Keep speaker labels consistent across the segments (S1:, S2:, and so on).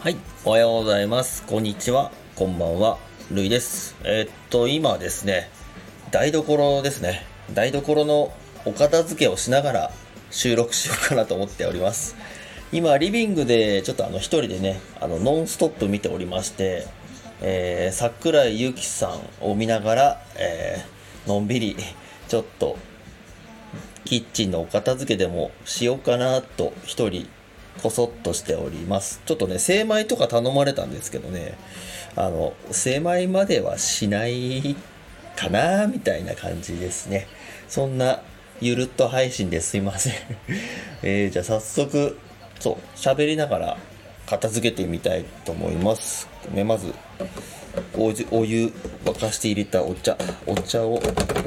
S1: はい、おはようございます。こんにちは。こんばんは。るいです。今ですね、台所ですね。台所のお片付けをしながら収録しようかなと思っております。今、リビングでちょっと一人でね、ノンストップ見ておりまして、桜井ゆきさんを見ながら、のんびり、ちょっと、キッチンのお片付けでもしようかなと一人こそっとしております。ちょっとね、精米とか頼まれたんですけどね、精米まではしないかなみたいな感じですね。そんなゆるっと配信ですいません。じゃあ早速、喋りながら片付けてみたいと思います。まずお湯沸かして入れたお茶を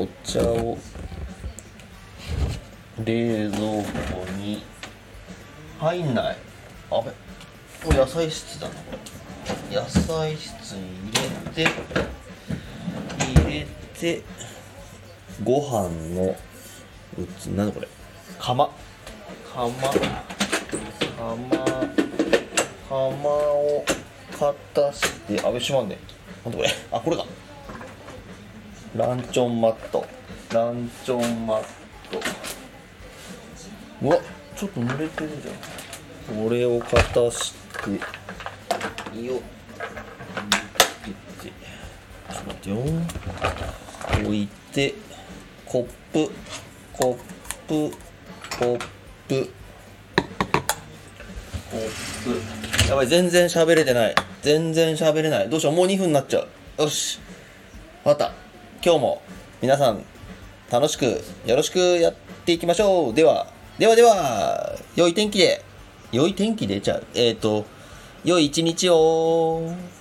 S1: 冷蔵庫に入んない。これ野菜室だな。これ野菜室に入れてご飯のなんだこれ、釜をかたして、閉まんねえ。なんだこれ、これか。ランチョンマット。うわ、ちょっと濡れてるじゃん。これをかたしてちょっと待ってよ。置いてコップやばい、全然喋れない。どうしよう、もう2分になっちゃう。よし、また今日も皆さん楽しくよろしくやっていきましょう。では良い天気で良い一日を。